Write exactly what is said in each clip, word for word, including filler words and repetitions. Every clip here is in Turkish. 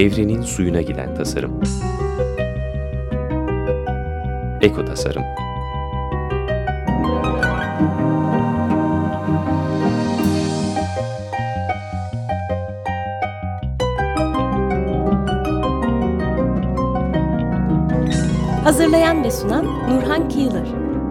Evrenin suyuna giden tasarım. Eko tasarım. Hazırlayan ve sunan Nurhan Kıyılır.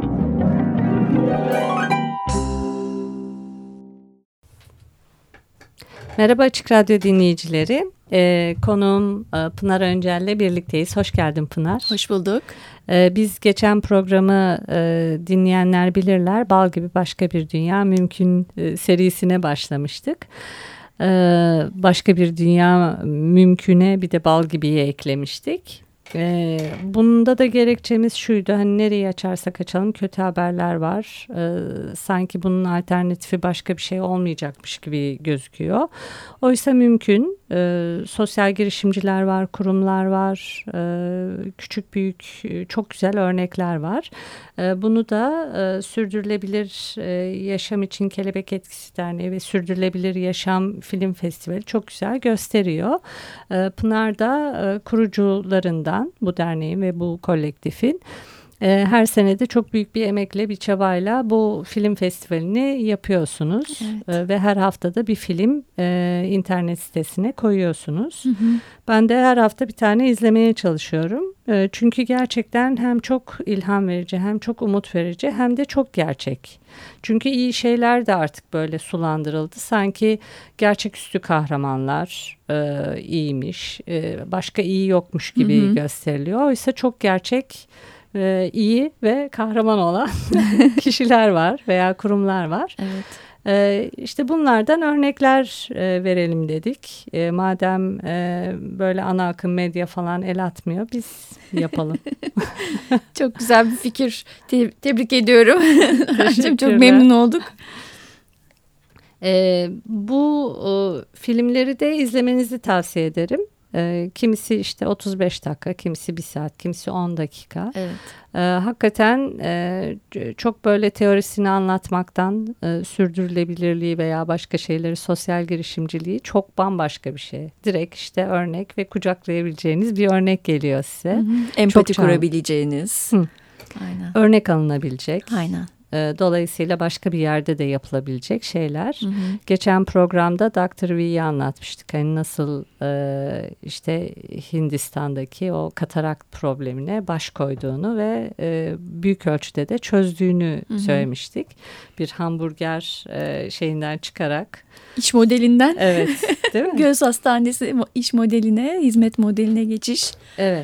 Merhaba Açık Radyo dinleyicileri. Ee, konuğum e, Pınar Öncel'le birlikteyiz. Hoş geldin Pınar. Hoş bulduk. Ee, biz geçen programı e, dinleyenler bilirler. Bal gibi başka bir dünya mümkün e, serisine başlamıştık. Ee, başka bir dünya mümküne bir de bal gibiye eklemiştik. Ee, bunda da gerekçemiz şuydu, hani nereyi açarsak açalım kötü haberler var, ee, sanki bunun alternatifi başka bir şey olmayacakmış gibi gözüküyor. Oysa mümkün. Ee, sosyal girişimciler var, kurumlar var, ee, küçük büyük çok güzel örnekler var. Ee, bunu da e, Sürdürülebilir e, Yaşam için Kelebek Etkisi Derneği ve Sürdürülebilir Yaşam Film Festivali çok güzel gösteriyor. Ee, Pınar da e, kurucularından bu derneğin ve bu kolektifin. Her sene de çok büyük bir emekle, bir çabayla bu film festivalini yapıyorsunuz. Evet. Ve her haftada bir film e, internet sitesine koyuyorsunuz. Hı hı. Ben de her hafta bir tane izlemeye çalışıyorum. E, çünkü gerçekten hem çok ilham verici, hem çok umut verici, hem de çok gerçek. Çünkü iyi şeyler de artık böyle sulandırıldı. Sanki gerçeküstü kahramanlar e, iyiymiş, e, başka iyi yokmuş gibi hı hı. gösteriliyor. Oysa çok gerçek, Ee, iyi ve kahraman olan kişiler var veya kurumlar var. Evet. Ee, işte bunlardan örnekler e, verelim dedik. E, madem e, böyle ana akım medya falan el atmıyor, biz yapalım. Çok güzel bir fikir. Te- tebrik ediyorum. Çok memnun olduk. E, bu o, filmleri de izlemenizi tavsiye ederim. E, kimisi işte otuz beş dakika, kimisi bir saat, kimisi on dakika. Evet. E, hakikaten e, çok böyle teorisini anlatmaktan e, sürdürülebilirliği veya başka şeyleri, sosyal girişimciliği çok bambaşka bir şey. Direkt işte örnek ve kucaklayabileceğiniz bir örnek geliyor size. Hı hı. Empati çok kurabileceğiniz. Hı. Aynen. Örnek alınabilecek. Aynen. Dolayısıyla başka bir yerde de yapılabilecek şeyler. Hı hı. Geçen programda doktor V'yi anlatmıştık. Hani nasıl e, işte Hindistan'daki o katarakt problemine baş koyduğunu ve e, büyük ölçüde de çözdüğünü hı hı. söylemiştik. Bir hamburger e, şeyinden çıkarak. İş modelinden. Evet, değil mi? Göğüs hastanesi iş modeline, hizmet modeline geçiş. Evet.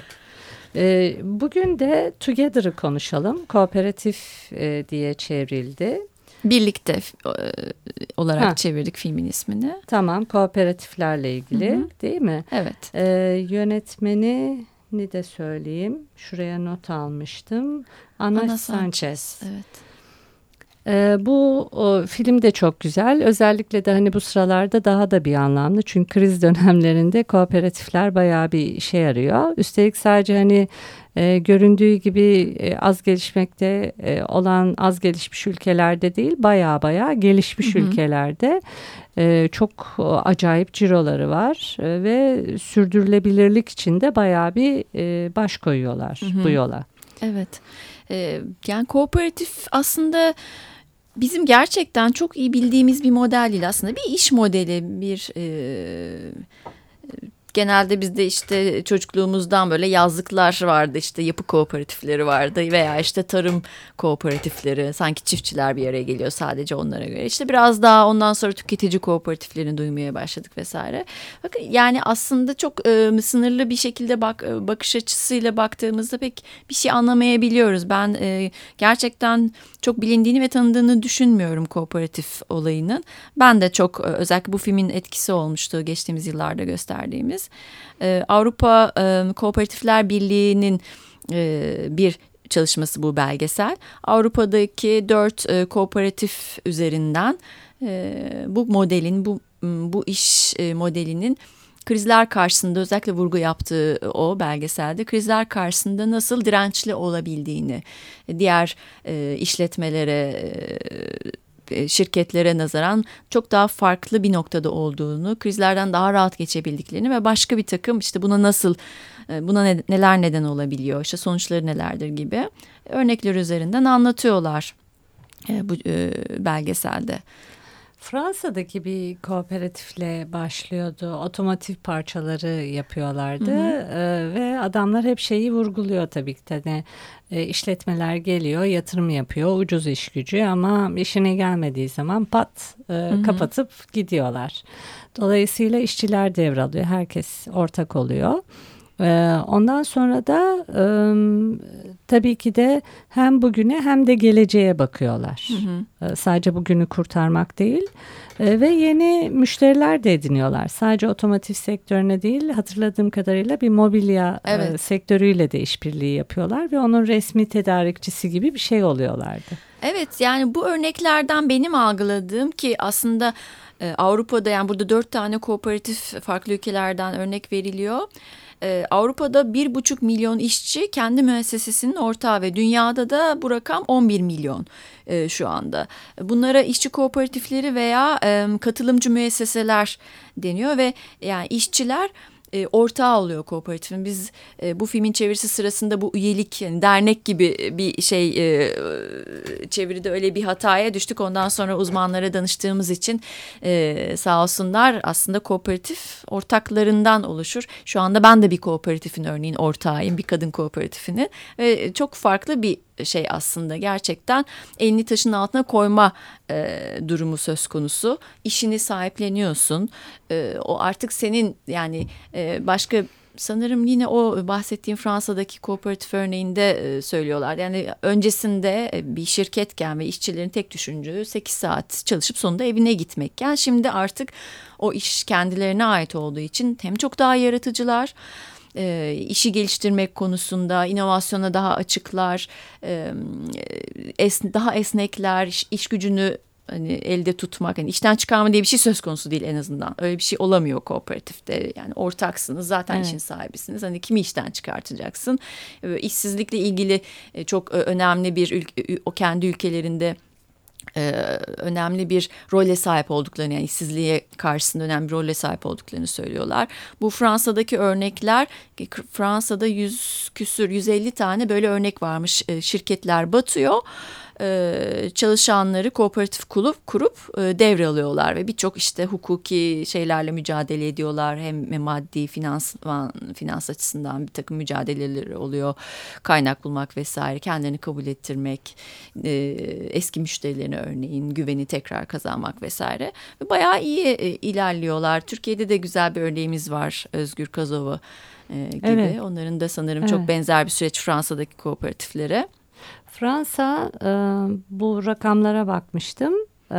Bugün de Together'ı konuşalım. Kooperatif e, diye çevrildi. Birlikte e, olarak ha. çevirdik filmin ismini. Tamam, kooperatiflerle ilgili, hı hı. değil mi? Evet. E, yönetmeni ne de söyleyeyim. Şuraya not almıştım. Ana, Ana Sanchez. Sanchez. Evet. Ee, bu o, film de çok güzel. Özellikle de hani bu sıralarda daha da bir anlamlı. Çünkü kriz dönemlerinde kooperatifler bayağı bir işe yarıyor. Üstelik sadece hani e, göründüğü gibi e, az gelişmekte e, olan az gelişmiş ülkelerde değil, bayağı bayağı gelişmiş hı hı. ülkelerde e, çok o, acayip ciroları var e, ve sürdürülebilirlik için de bayağı bir e, baş koyuyorlar hı hı. bu yola. Evet. Ee, yani kooperatif aslında bizim gerçekten çok iyi bildiğimiz bir model değil, aslında bir iş modeli, bir e, genelde bizde işte çocukluğumuzdan böyle yazlıklar vardı, işte yapı kooperatifleri vardı veya işte tarım kooperatifleri, sanki çiftçiler bir araya geliyor sadece onlara göre. İşte biraz daha ondan sonra tüketici kooperatiflerini duymaya başladık vesaire. Bakın yani aslında çok e, sınırlı bir şekilde bak bakış açısıyla baktığımızda pek bir şey anlamayabiliyoruz. Ben e, gerçekten çok bilindiğini ve tanındığını düşünmüyorum kooperatif olayının. Ben de çok özellikle bu filmin etkisi olmuştu geçtiğimiz yıllarda gösterdiğimiz. Ee, Avrupa e, Kooperatifler Birliği'nin e, bir çalışması bu belgesel. Avrupa'daki dört e, kooperatif üzerinden e, bu modelin, bu bu iş e, modelinin krizler karşısında özellikle vurgu yaptığı o belgeselde krizler karşısında nasıl dirençli olabildiğini, diğer e, işletmelere e, şirketlere nazaran çok daha farklı bir noktada olduğunu, krizlerden daha rahat geçebildiklerini ve başka bir takım işte buna nasıl, buna ne, neler neden olabiliyor, işte sonuçları nelerdir gibi örnekler üzerinden anlatıyorlar bu belgeselde. Fransa'daki bir kooperatifle başlıyordu. Otomotiv parçaları yapıyorlardı. Hı hı. Ee, ve adamlar hep şeyi vurguluyor tabii ki. Yani, e, işletmeler geliyor, yatırım yapıyor, ucuz iş gücü ama işine gelmediği zaman pat e, hı hı. kapatıp gidiyorlar. Dolayısıyla işçiler devralıyor. Herkes ortak oluyor. Ondan sonra da e, tabii ki de hem bugüne hem de geleceğe bakıyorlar. Hı hı. Sadece bugünü kurtarmak değil e, ve yeni müşteriler de ediniyorlar. Sadece otomotiv sektörüne değil, hatırladığım kadarıyla bir mobilya evet. e, sektörüyle de işbirliği yapıyorlar ve onun resmi tedarikçisi gibi bir şey oluyorlardı. Evet, yani bu örneklerden benim algıladığım ki aslında e, Avrupa'da, yani burada dört tane kooperatif farklı ülkelerden örnek veriliyor. Ee, Avrupa'da bir buçuk milyon işçi kendi müessesesinin ortağı ve dünyada da bu rakam on bir milyon e, şu anda. Bunlara işçi kooperatifleri veya e, katılımcı müesseseler deniyor ve yani işçiler e, ortağı oluyor kooperatifin. Biz e, bu filmin çevirisi sırasında bu üyelik, yani dernek gibi bir şey e, çeviride öyle bir hataya düştük. Ondan sonra uzmanlara danıştığımız için e, sağ olsunlar, aslında kooperatif ortaklarından oluşur. Şu anda ben de bir kooperatifin örneğin ortağıyım, bir kadın kooperatifinin ve çok farklı bir şey aslında, gerçekten elini taşın altına koyma e, durumu söz konusu. İşini sahipleniyorsun. E, o artık senin, yani e, başka, sanırım yine o bahsettiğim Fransa'daki kooperatif örneğinde e, söylüyorlar. Yani öncesinde bir şirketken ve işçilerin tek düşündüğü sekiz saat çalışıp sonunda evine gitmekken, şimdi artık o iş kendilerine ait olduğu için hem çok daha yaratıcılar, E, işi geliştirmek konusunda inovasyona daha açıklar, e, es, daha esnekler, iş, iş gücünü hani elde tutmak, hani işten çıkarma diye bir şey söz konusu değil en azından. Öyle bir şey olamıyor kooperatifte. Yani ortaksınız, zaten evet. işin sahibisiniz. Hani kimi işten çıkartacaksın? E, işsizlikle ilgili e, çok önemli bir ülke, o kendi ülkelerinde Ee, önemli bir role sahip olduklarını, yani işsizliğe karşısında önemli bir role sahip olduklarını söylüyorlar. Bu Fransa'daki örnekler, Fransa'da yüz küsür, yüz elli tane böyle örnek varmış. Ee, şirketler batıyor. Ee, çalışanları kooperatif kurup kurup e, devralıyorlar ve birçok işte hukuki şeylerle mücadele ediyorlar. Hem maddi, finans finans açısından bir takım mücadeleleri oluyor. Kaynak bulmak vesaire, kendilerini kabul ettirmek, e, eski müşterilerine örneğin güveni tekrar kazanmak vesaire. Ve bayağı iyi e, ilerliyorlar. Türkiye'de de güzel bir örneğimiz var, Özgür Kazova e, gibi. Evet. Onların da sanırım evet. çok benzer bir süreç Fransa'daki kooperatiflere. Fransa, e, bu rakamlara bakmıştım, e,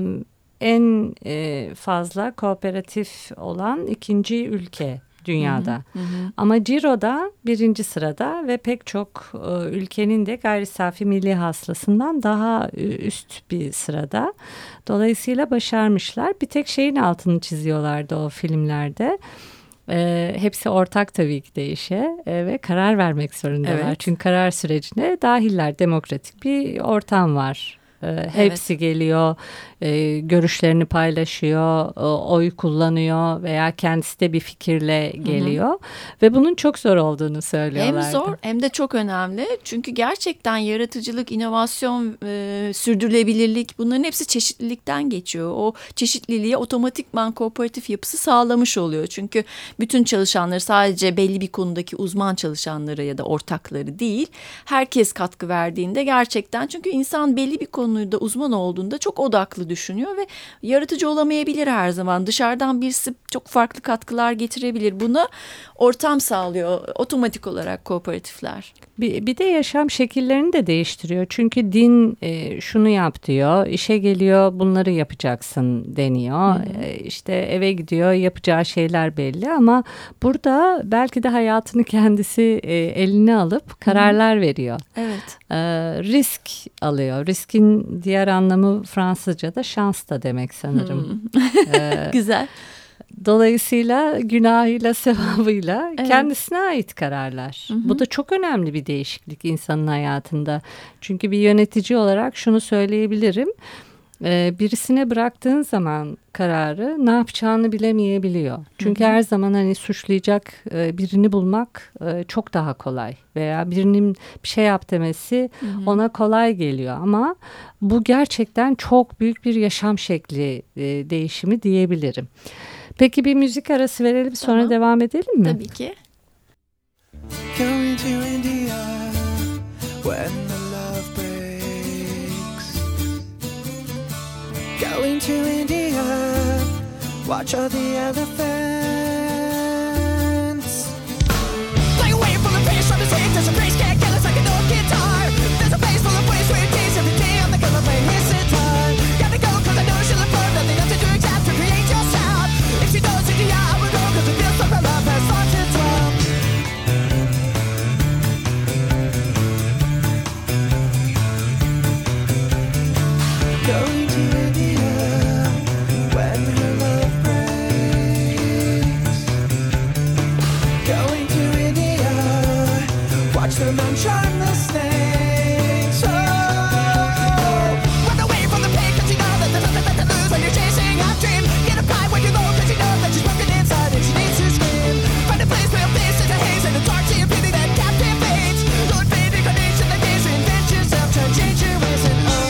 en e, fazla kooperatif olan ikinci ülke dünyada. Hı hı hı. Ama Ciro'da birinci sırada ve pek çok e, ülkenin de gayri safi milli hasılasından daha üst bir sırada. Dolayısıyla başarmışlar. Bir tek şeyin altını çiziyorlardı o filmlerde. E, hepsi ortak tabii ki de işe e, ve karar vermek zorundalar. Evet. Çünkü karar sürecine dahiller, demokratik bir ortam var. E, hepsi evet. geliyor, e, görüşlerini paylaşıyor, e, oy kullanıyor veya kendisi de bir fikirle geliyor. Hı hı. Ve bunun çok zor olduğunu söylüyorlardı. Hem zor hem de çok önemli. Çünkü gerçekten yaratıcılık, inovasyon, e, sürdürülebilirlik, bunların hepsi çeşitlilikten geçiyor. O çeşitliliğe otomatikman kooperatif yapısı sağlamış oluyor. Çünkü bütün çalışanları, sadece belli bir konudaki uzman çalışanları ya da ortakları değil, herkes katkı verdiğinde gerçekten, çünkü insan belli bir konuda uzman olduğunda çok odaklı düşünüyor ve yaratıcı olamayabilir her zaman. Dışarıdan birisi çok farklı katkılar getirebilir. Buna ortam sağlıyor otomatik olarak kooperatifler. Bir, bir de yaşam şekillerini de değiştiriyor. Çünkü din e, şunu yap diyor, işe geliyor bunları yapacaksın deniyor. E, işte eve gidiyor, yapacağı şeyler belli ama burada belki de hayatını kendisi e, eline alıp kararlar Hı-hı. veriyor. Evet. E, risk alıyor. Riskin diğer anlamı Fransızca'da şans da demek sanırım. e, Güzel. Dolayısıyla günahıyla, sevabıyla evet. kendisine ait kararlar. Hı hı. Bu da çok önemli bir değişiklik insanın hayatında. Çünkü bir yönetici olarak şunu söyleyebilirim. e, birisine bıraktığın zaman kararı ne yapacağını bilemeyebiliyor. Çünkü hı hı. her zaman hani suçlayacak e, birini bulmak e, çok daha kolay veya birinin bir şey yap demesi hı hı. ona kolay geliyor ama bu gerçekten çok büyük bir yaşam şekli e, değişimi diyebilirim. Peki bir müzik arası verelim sonra tamam. devam edelim mi? Tabii ki. Going to India when the love breaks. Going to India, watch all the elephants. Play away from the face, from the street, there's a place can't kill us like an old guitar. There's a place full of ways, sweet days, every day on the cover playing his guitar. Gotta go cause I know she'll afford nothing else to do except to create your sound. If she knows India, I will go cause it feels like my love has lost its well. Going to India when her love breaks. Going to India, watch the man charm the snakes. Oh, run away from the pain 'cause you know that there's nothing left to lose when you're chasing a dream. Get a pride when you're low 'cause you know that she's broken inside and she needs to scream. Find a place where your face is a haze and a dark sea of beauty that captivates. Don't fade incarnation the gaze, reinvent yourself, try and change your ways and oh.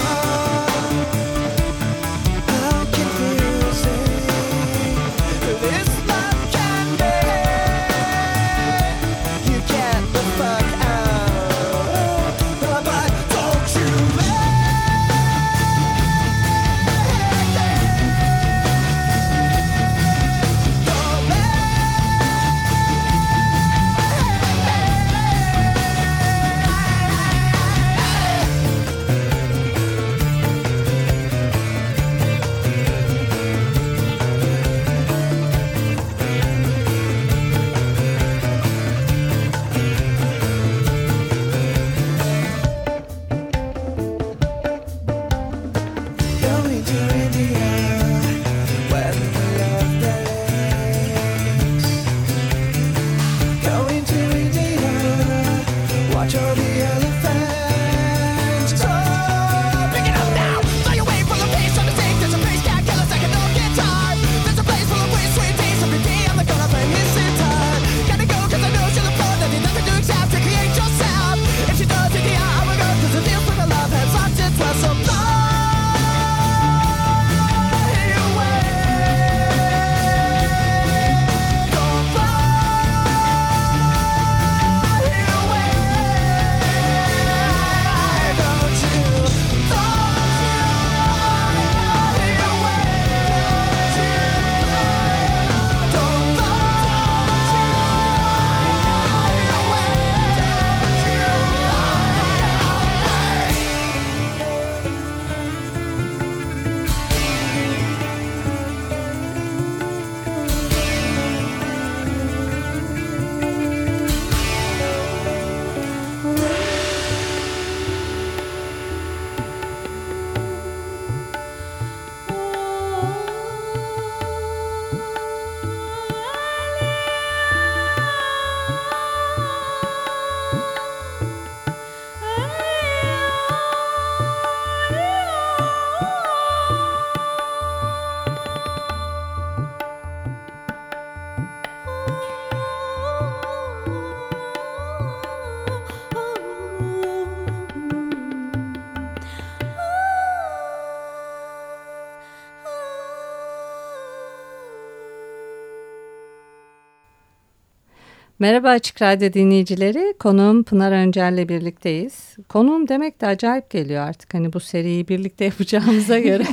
Merhaba Açık Radyo dinleyicileri, konuğum Pınar Öncel'le birlikteyiz. Konuğum demek de acayip geliyor artık, hani bu seriyi birlikte yapacağımıza göre.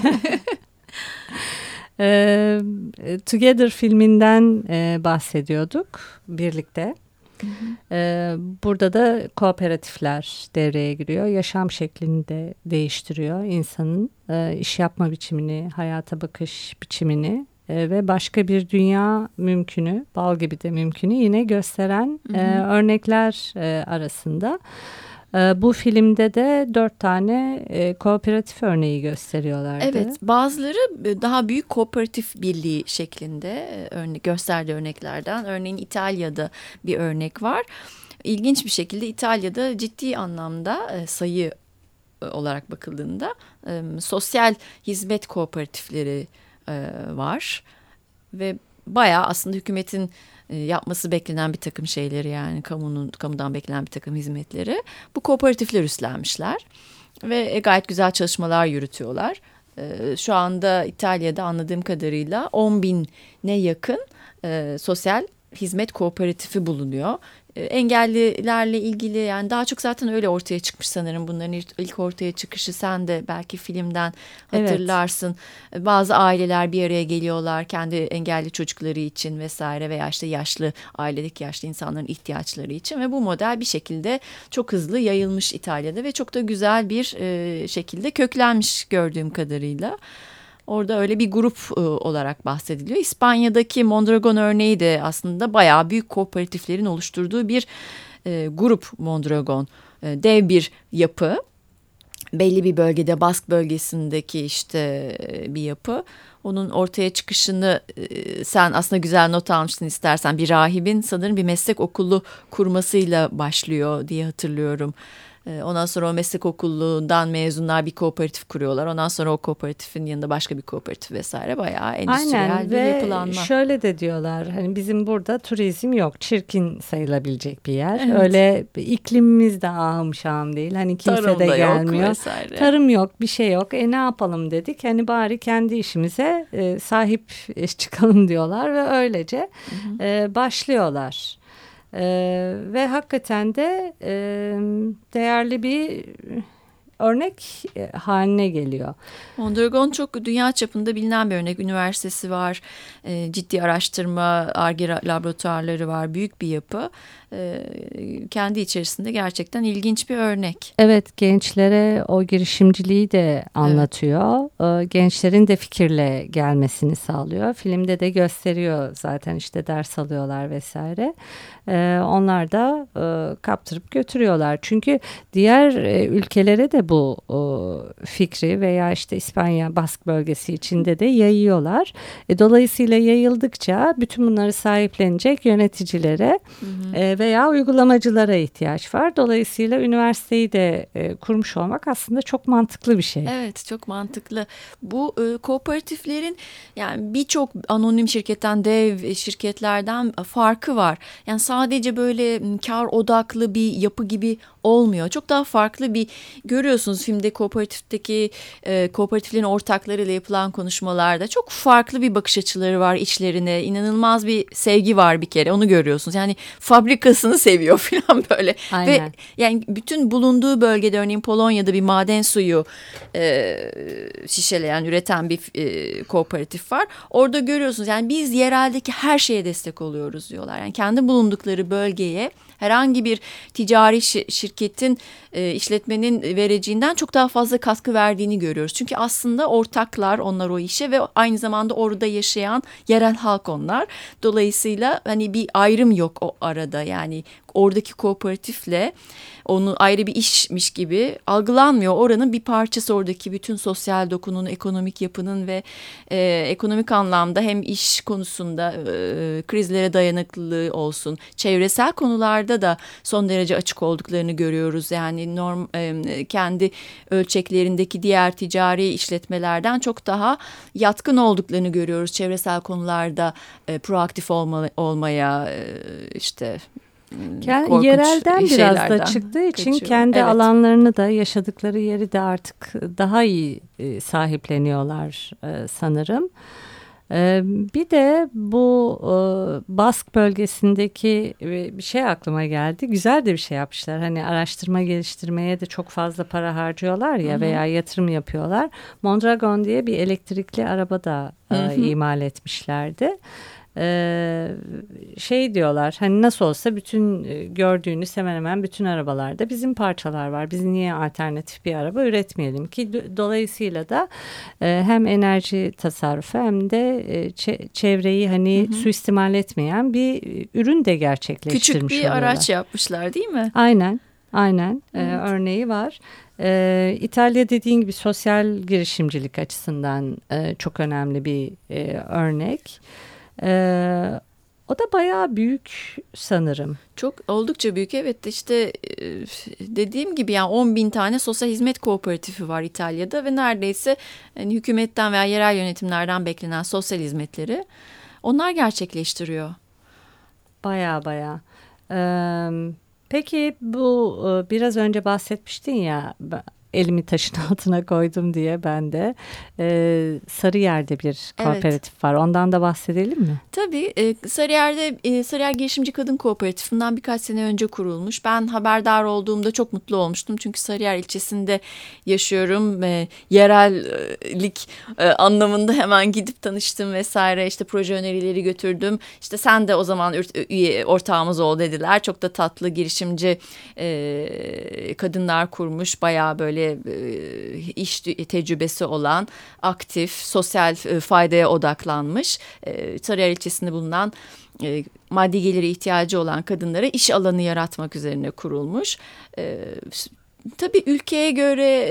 e, Together filminden e, bahsediyorduk birlikte. Hı hı. E, burada da kooperatifler devreye giriyor. Yaşam şeklini de değiştiriyor insanın, e, iş yapma biçimini, hayata bakış biçimini. Ve başka bir dünya mümkünü, bal gibi de mümkünü yine gösteren hı hı. E, örnekler e, arasında. E, bu filmde de dört tane e, kooperatif örneği gösteriyorlardı. Evet, bazıları daha büyük kooperatif birliği şeklinde örne gösterdiği örneklerden. Örneğin İtalya'da bir örnek var. İlginç bir şekilde İtalya'da ciddi anlamda sayı olarak bakıldığında e, sosyal hizmet kooperatifleri e, var ve bayağı aslında hükümetin e, yapması beklenen bir takım şeyleri, yani kamunun kamudan beklenen bir takım hizmetleri bu kooperatifler üstlenmişler ve gayet güzel çalışmalar yürütüyorlar. E, şu anda İtalya'da anladığım kadarıyla on bine yakın e, sosyal hizmet kooperatifi bulunuyor. Engellilerle ilgili, yani daha çok zaten öyle ortaya çıkmış sanırım. Bunların ilk ortaya çıkışı sen de belki filmden hatırlarsın. Evet. Bazı aileler bir araya geliyorlar kendi engelli çocukları için vesaire veya işte yaşlı, ailedeki yaşlı insanların ihtiyaçları için ve bu model bir şekilde çok hızlı yayılmış İtalya'da ve çok da güzel bir e, şekilde köklenmiş gördüğüm kadarıyla. Orada öyle bir grup e, olarak bahsediliyor. İspanya'daki Mondragon örneği de aslında bayağı büyük kooperatiflerin oluşturduğu bir e, grup Mondragon. E, dev bir yapı. Belli bir bölgede, Bask bölgesindeki işte e, bir yapı. Onun ortaya çıkışını e, sen aslında güzel not almışsın istersen. Bir rahibin sanırım bir meslek okulu kurmasıyla başlıyor diye hatırlıyorum. Ondan sonra o meslek okulundan mezunlar bir kooperatif kuruyorlar. Ondan sonra o kooperatifin yanında başka bir kooperatif vesaire, bayağı endüstriyel Aynen. bir Ve yapılanma. Şöyle de diyorlar, hani bizim burada turizm yok, çirkin sayılabilecek bir yer. Evet. Öyle iklimimiz de ahım şahım değil. Hani kimse Tarım de da gelmiyor. Yok vesaire. Tarım yok, bir şey yok. E ne yapalım dedik. Hani bari kendi işimize e, sahip çıkalım diyorlar ve öylece hı hı. E, başlıyorlar. Ee, ve hakikaten de e, değerli bir örnek haline geliyor. Mondragon çok dünya çapında bilinen bir örnek. Üniversitesi var, e, ciddi araştırma, Ar-Ge laboratuvarları var, büyük bir yapı. E, kendi içerisinde gerçekten ilginç bir örnek. Evet, gençlere o girişimciliği de anlatıyor. Evet. E, gençlerin de fikirle gelmesini sağlıyor. Filmde de gösteriyor zaten, işte ders alıyorlar vesaire. E, onlar da e, kaptırıp götürüyorlar. Çünkü diğer e, ülkelere de bu e, fikri veya işte İspanya, Bask bölgesi içinde de yayıyorlar. E, dolayısıyla yayıldıkça bütün bunları sahiplenecek yöneticilere hı hı. E, veya uygulamacılara ihtiyaç var. Dolayısıyla üniversiteyi de e, kurmuş olmak aslında çok mantıklı bir şey. Evet, çok mantıklı. Bu e, kooperatiflerin yani birçok anonim şirketten, dev şirketlerden farkı var. Yani sadece böyle kar odaklı bir yapı gibi olmuyor. Çok daha farklı bir, görüyorsunuz filmde kooperatifteki e, kooperatiflerin ortaklarıyla yapılan konuşmalarda çok farklı bir bakış açıları var içlerine. İnanılmaz bir sevgi var bir kere, onu görüyorsunuz. Yani fabrikasını seviyor falan böyle. Aynen. Ve yani bütün bulunduğu bölgede, örneğin Polonya'da bir maden suyu e, şişeleyen, üreten bir e, kooperatif var. Orada görüyorsunuz yani biz yereldeki her şeye destek oluyoruz diyorlar. Yani kendi bulundukları bölgeye herhangi bir ticari şirketin, e, işletmenin vereceğinden çok daha fazla katkı verdiğini görüyoruz. Çünkü aslında ortaklar onlar o işe ve aynı zamanda orada yaşayan yerel halk onlar. Dolayısıyla hani bir ayrım yok o arada, yani oradaki kooperatifle onu ayrı bir işmiş gibi algılanmıyor. Oranın bir parçası, oradaki bütün sosyal dokunun, ekonomik yapının ve e, ekonomik anlamda hem iş konusunda e, krizlere dayanıklılığı olsun, çevresel konularda da son derece açık olduklarını görüyoruz. Yani norm e, kendi ölçeklerindeki diğer ticari işletmelerden çok daha yatkın olduklarını görüyoruz. Çevresel konularda e, proaktif olma, olmaya e, işte Korkunç yerelden biraz da çıktığı için kaçıyor. Kendi evet. alanlarını da, yaşadıkları yeri de artık daha iyi e, sahipleniyorlar e, sanırım. E, bir de bu e, Bask bölgesindeki bir şey aklıma geldi. Güzel de bir şey yapmışlar. Hani araştırma geliştirmeye de çok fazla para harcıyorlar ya, hı-hı. veya yatırım yapıyorlar. Mondragon diye bir elektrikli araba da e, imal etmişlerdi. Ee, şey diyorlar, hani nasıl olsa bütün gördüğünüz hemen hemen bütün arabalarda bizim parçalar var. Biz niye alternatif bir araba üretmeyelim ki? Dolayısıyla da e, hem enerji tasarrufu hem de e, çevreyi hani hı hı. suistimal etmeyen bir ürün de gerçekleştirmiş Küçük bir oluyorlar. Araç yapmışlar değil mi? Aynen. Aynen. Evet. Ee, örneği var. Ee, İtalya dediğin gibi sosyal girişimcilik açısından e, çok önemli bir e, örnek. Ee, O da bayağı büyük sanırım. Çok oldukça büyük, evet. İşte dediğim gibi yani on bin tane sosyal hizmet kooperatifi var İtalya'da ve neredeyse yani hükümetten veya yerel yönetimlerden beklenen sosyal hizmetleri onlar gerçekleştiriyor. Bayağı bayağı. Ee, peki bu biraz önce bahsetmiştin ya, elimi taşın altına koydum diye, ben de ee, Sarıyer'de bir kooperatif evet. var. Ondan da bahsedelim mi? Tabii. E, Sarıyer'de e, Sarıyer Girişimci Kadın Kooperatifinden birkaç sene önce kurulmuş. Ben haberdar olduğumda çok mutlu olmuştum. Çünkü Sarıyer ilçesinde yaşıyorum. E, yerellik e, anlamında hemen gidip tanıştım vesaire. İşte proje önerileri götürdüm. İşte sen de o zaman üye ortağımız ol dediler. Çok da tatlı girişimci e, kadınlar kurmuş. Bayağı böyle iş tecrübesi olan, aktif, sosyal faydaya odaklanmış, Sarıyer ilçesinde bulunan maddi geliri ihtiyacı olan kadınlara iş alanı yaratmak üzerine kurulmuş. Tabii ülkeye göre,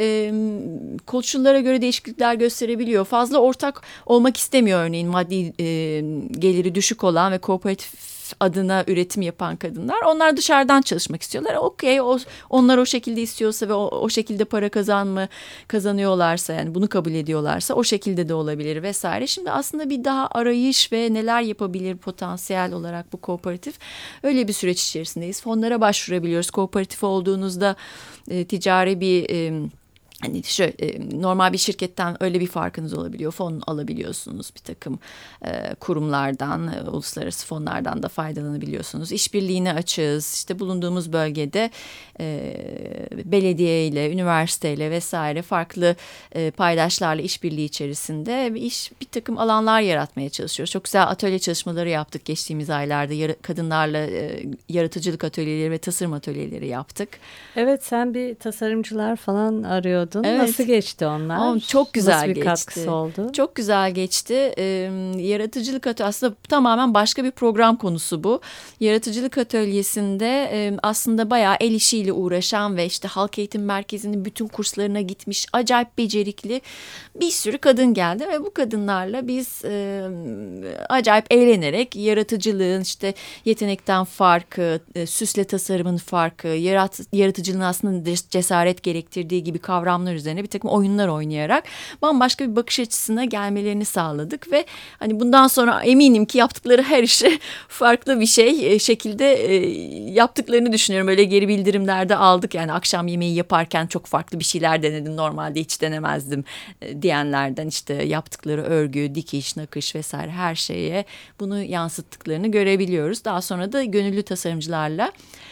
koşullara göre değişiklikler gösterebiliyor. Fazla ortak olmak istemiyor örneğin maddi geliri düşük olan ve kooperatif adına üretim yapan kadınlar. Onlar dışarıdan çalışmak istiyorlar. Okey, onlar o şekilde istiyorsa ve o, o şekilde para kazanma kazanıyorlarsa, yani bunu kabul ediyorlarsa o şekilde de olabilir vesaire. Şimdi aslında bir daha arayış ve neler yapabilir potansiyel olarak bu kooperatif, öyle bir süreç içerisindeyiz. Fonlara başvurabiliyoruz. Kooperatif olduğunuzda e, ticari bir e, Hani şöyle, normal bir şirketten öyle bir farkınız olabiliyor. Fon alabiliyorsunuz bir takım e, kurumlardan, e, uluslararası fonlardan da faydalanabiliyorsunuz. İşbirliğine açığız. İşte bulunduğumuz bölgede e, belediyeyle, üniversiteyle vesaire farklı e, paydaşlarla işbirliği içerisinde bir iş, bir takım alanlar yaratmaya çalışıyoruz. Çok güzel atölye çalışmaları yaptık geçtiğimiz aylarda. Yar, kadınlarla e, yaratıcılık atölyeleri ve tasarım atölyeleri yaptık. Evet, sen bir tasarımcılar falan arıyordun. Evet. Nasıl geçti onlar? Ama çok güzel Nasıl bir geçti. katkısı oldu? Çok güzel geçti. Ee, yaratıcılık atölyesi aslında tamamen başka bir program konusu bu. Yaratıcılık atölyesinde e, aslında bayağı el işiyle uğraşan ve işte halk eğitim merkezinin bütün kurslarına gitmiş acayip becerikli bir sürü kadın geldi ve bu kadınlarla biz e, acayip eğlenerek yaratıcılığın işte yetenekten farkı, e, süsle tasarımın farkı, yarat, yaratıcılığın aslında cesaret gerektirdiği gibi kavramlar üzerine bir takım oyunlar oynayarak bambaşka bir bakış açısına gelmelerini sağladık ve hani bundan sonra eminim ki yaptıkları her işi farklı bir şey şekilde yaptıklarını düşünüyorum. Öyle geri bildirimlerde aldık, yani akşam yemeği yaparken çok farklı bir şeyler denedim, normalde hiç denemezdim diyenlerden, işte yaptıkları örgü, dikiş, nakış vesaire her şeye bunu yansıttıklarını görebiliyoruz. Daha sonra da gönüllü tasarımcılarla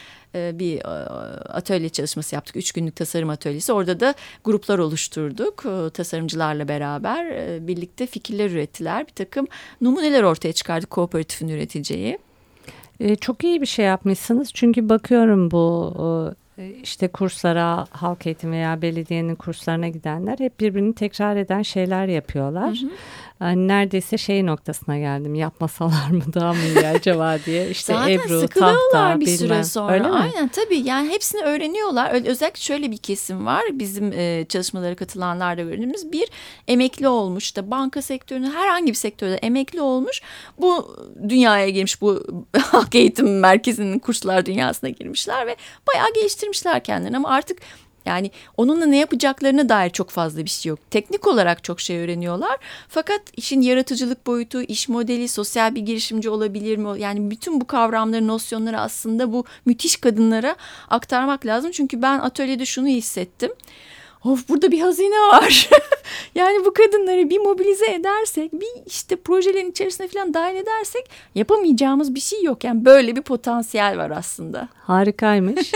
bir atölye çalışması yaptık. Üç günlük tasarım atölyesi. Orada da gruplar oluşturduk. Tasarımcılarla beraber birlikte fikirler ürettiler. Bir takım numuneler ortaya çıkardık kooperatifin üreteceği. Ee, çok iyi bir şey yapmışsınız. Çünkü bakıyorum bu işte kurslara, halk eğitim veya belediyenin kurslarına gidenler hep birbirini tekrar eden şeyler yapıyorlar. Hı hı. Yani neredeyse şey noktasına geldim. Yapmasalar mı daha mı iyi acaba diye. İşte zaten Ebru, tahta, bir bilmem. süre sonra. Öyle mi? Aynen, tabii yani hepsini öğreniyorlar. Özellikle şöyle bir kesim var. Bizim e, çalışmalara katılanlarda gördüğümüz bir emekli olmuş da banka sektörünün herhangi bir sektörde emekli olmuş. Bu dünyaya girmiş, bu halk eğitim merkezinin kurslar dünyasına girmişler ve bayağı geliştirmişler kendilerini ama artık yani onunla ne yapacaklarına dair çok fazla bir şey yok. Teknik olarak çok şey öğreniyorlar. Fakat işin yaratıcılık boyutu, iş modeli, sosyal bir girişimci olabilir mi? Yani bütün bu kavramları, nosyonları aslında bu müthiş kadınlara aktarmak lazım. Çünkü ben atölyede şunu hissettim. Of, burada bir hazine var. Yani bu kadınları bir mobilize edersek, bir işte projelerin içerisine falan dahil edersek yapamayacağımız bir şey yok. Yani böyle bir potansiyel var aslında. Harikaymış.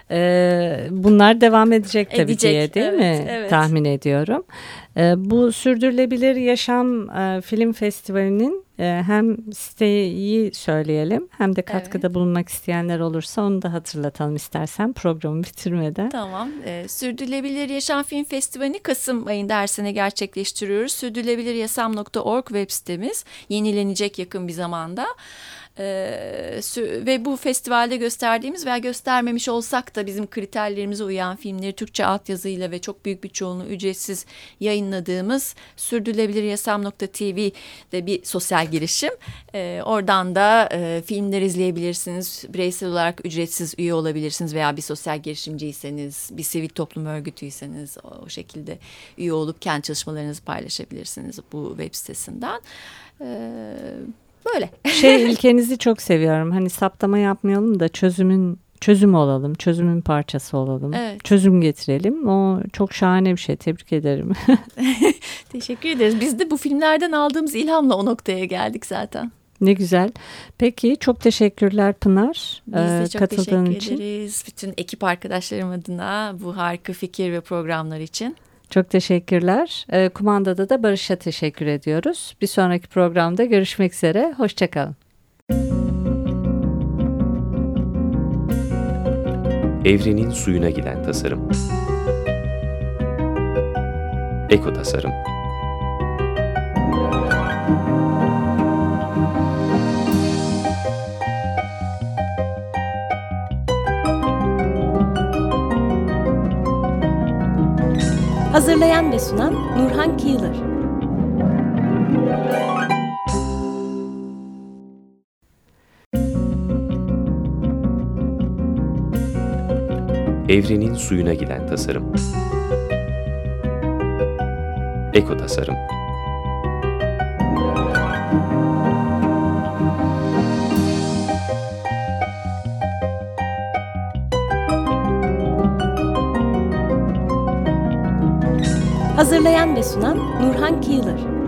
ee, bunlar devam edecek tabii edecek, diye değil evet, mi? Evet. Tahmin ediyorum. Ee, bu Sürdürülebilir Yaşam e, Film Festivali'nin e, hem siteyi söyleyelim hem de katkıda evet. bulunmak isteyenler olursa onu da hatırlatalım istersen programı bitirmeden. Tamam. Ee, Sürdürülebilir Yaşam Film Festivali'ni Kasım ayında her sene gerçekleştiriyoruz. sürdürülebiliryasam nokta org web sitemiz. Yenilenecek yakın bir zamanda. E, ve bu festivalde gösterdiğimiz veya göstermemiş olsak da bizim kriterlerimize uyan filmleri Türkçe altyazıyla ve çok büyük bir çoğunluğu ücretsiz yayınladığımız sürdürülebiliryasam nokta tv'de bir sosyal girişim. E, oradan da e, filmler izleyebilirsiniz. Bireysel olarak ücretsiz üye olabilirsiniz veya bir sosyal girişimciyseniz, bir sivil toplum örgütüyseniz o, o şekilde üye olup kendi çalışmalarınızı paylaşabilirsiniz bu web sitesinden. E, böyle. Şey ilkenizi çok seviyorum. Hani saptama yapmayalım da çözümün çözüm olalım, çözümün parçası olalım. Evet. Çözüm getirelim. O çok şahane bir şey. Tebrik ederim. Teşekkür ederiz. Biz de bu filmlerden aldığımız ilhamla o noktaya geldik zaten. Ne güzel. Peki çok teşekkürler Pınar. Biz de çok katıldığın teşekkür için. ederiz. Bütün ekip arkadaşlarım adına bu harika fikir ve programlar için. Çok teşekkürler. E, kumandada da Barış'a teşekkür ediyoruz. Bir sonraki programda görüşmek üzere. Hoşçakalın. Evrenin suyuna giden tasarım. Eko tasarım. Hazırlayan ve sunan Nurhan Kıyılır. Evrenin suyuna giden tasarım. Eko tasarım. Hazırlayan ve sunan Nurhan Kıyılır.